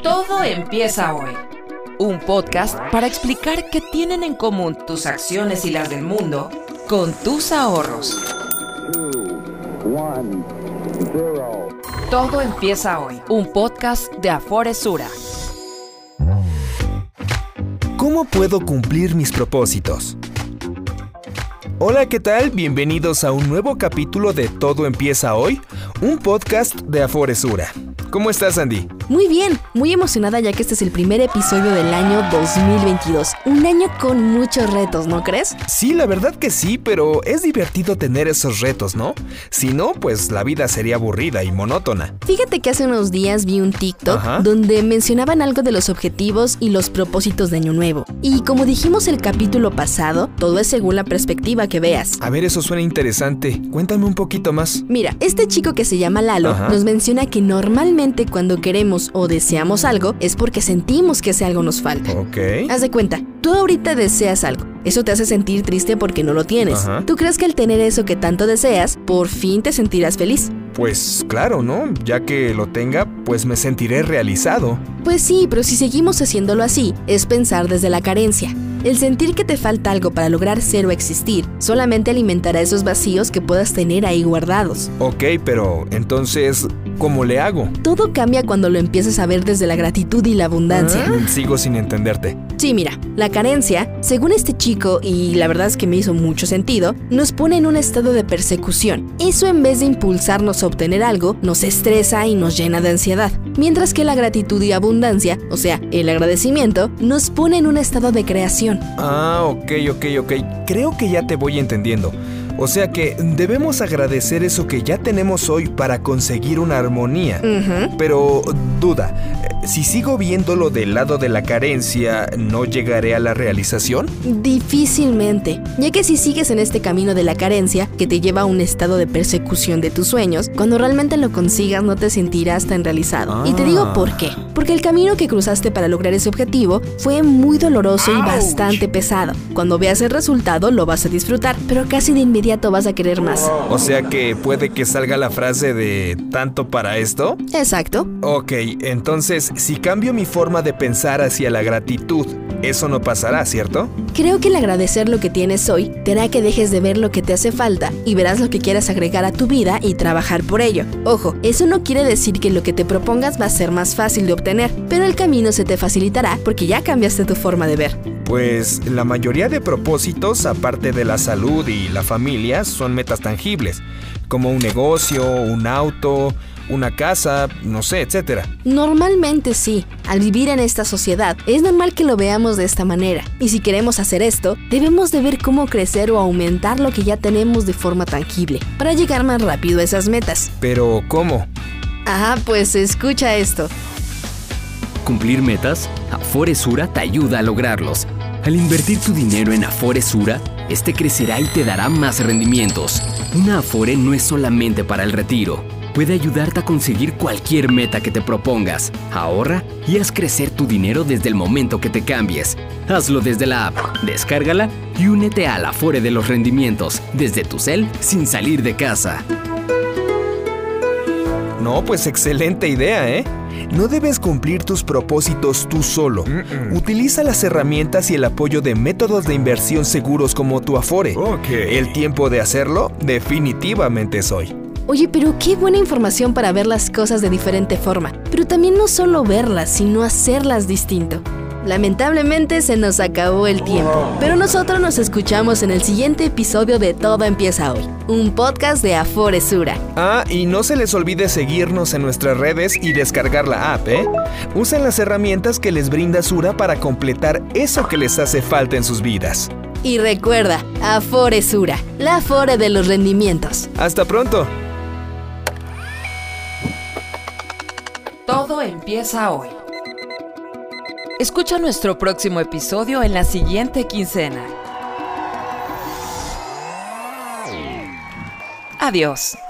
Todo empieza hoy. Un podcast para explicar qué tienen en común tus acciones y las del mundo con tus ahorros. 2, 1, 0. Todo empieza hoy. Un podcast de Afore Sura. ¿Cómo puedo cumplir mis propósitos? Hola, ¿qué tal? Bienvenidos a un nuevo capítulo de Todo Empieza Hoy, un podcast de Afore Sura. ¿Cómo estás, Andy? Muy bien, muy emocionada ya que este es el primer episodio del año 2022. Un año con muchos retos, ¿no crees? Sí, la verdad que sí, pero es divertido tener esos retos, ¿no? Si no, pues la vida sería aburrida y monótona. Fíjate que hace unos días vi un TikTok donde mencionaban algo de los objetivos y los propósitos de Año Nuevo. Y como dijimos el capítulo pasado, todo es según la perspectiva que veas. A ver, eso suena interesante. Cuéntame un poquito más. Mira, este chico que se llama Lalo nos menciona que normalmente cuando queremos o deseamos algo es porque sentimos que ese algo nos falta. Ok. Haz de cuenta, tú ahorita deseas algo. Eso te hace sentir triste porque no lo tienes. ¿Tú crees que al tener eso que tanto deseas, por fin te sentirás feliz? Pues claro, ¿no? Ya que lo tenga, pues me sentiré realizado. Pues sí, pero si seguimos haciéndolo así, es pensar desde la carencia. El sentir que te falta algo para lograr ser o existir solamente alimentará esos vacíos que puedas tener ahí guardados. Ok, pero entonces, ¿cómo le hago? Todo cambia cuando lo empiezas a ver desde la gratitud y la abundancia. Sigo sin entenderte. Sí, mira, la carencia, según este chico, y la verdad es que me hizo mucho sentido, nos pone en un estado de persecución. Eso en vez de impulsarnos a obtener algo, nos estresa y nos llena de ansiedad. Mientras que la gratitud y abundancia, o sea, el agradecimiento, nos pone en un estado de creación. Ok. Creo que ya te voy entendiendo. O sea que debemos agradecer eso que ya tenemos hoy para conseguir una armonía. Pero, duda, si sigo viéndolo del lado de la carencia, ¿no llegaré a la realización? Difícilmente, ya que si sigues en este camino de la carencia, que te lleva a un estado de persecución de tus sueños, cuando realmente lo consigas no te sentirás tan realizado. Y te digo por qué. Porque el camino que cruzaste para lograr ese objetivo fue muy doloroso y bastante pesado. Cuando veas el resultado lo vas a disfrutar, pero casi de inmediato vas a querer más. O sea que puede que salga la frase de ¿tanto para esto? Exacto. Ok, entonces si cambio mi forma de pensar hacia la gratitud, eso no pasará, ¿cierto? Creo que el agradecer lo que tienes hoy te hará que dejes de ver lo que te hace falta y verás lo que quieras agregar a tu vida y trabajar por ello. Ojo, eso no quiere decir que lo que te propongas va a ser más fácil de obtener, pero el camino se te facilitará porque ya cambiaste tu forma de ver. Pues la mayoría de propósitos, aparte de la salud y la familia, son metas tangibles, como un negocio, un auto, una casa, no sé, etc. Normalmente sí. Al vivir en esta sociedad, es normal que lo veamos de esta manera. Y si queremos hacer esto, debemos de ver cómo crecer o aumentar lo que ya tenemos de forma tangible, para llegar más rápido a esas metas. ¿Pero cómo? Pues escucha esto. ¿Cumplir metas? Afore Sura te ayuda a lograrlos. Al invertir tu dinero en Afore Sura, este crecerá y te dará más rendimientos. Una Afore no es solamente para el retiro. Puede ayudarte a conseguir cualquier meta que te propongas. Ahorra y haz crecer tu dinero desde el momento que te cambies. Hazlo desde la app, descárgala y únete a la Afore de los rendimientos, desde tu cel sin salir de casa. No, pues excelente idea, ¿eh? No debes cumplir tus propósitos tú solo. Utiliza las herramientas y el apoyo de métodos de inversión seguros como tu Afore. El tiempo de hacerlo definitivamente es hoy. Oye, pero qué buena información para ver las cosas de diferente forma. Pero también no solo verlas, sino hacerlas distinto. Lamentablemente se nos acabó el tiempo, pero nosotros nos escuchamos en el siguiente episodio de Todo Empieza Hoy, un podcast de Afore Sura. Y no se les olvide seguirnos en nuestras redes y descargar la app, ¿eh? Usen las herramientas que les brinda Sura para completar eso que les hace falta en sus vidas. Y recuerda, Afore Sura, la Afore de los rendimientos. ¡Hasta pronto! Todo empieza hoy. Escucha nuestro próximo episodio en la siguiente quincena. Adiós.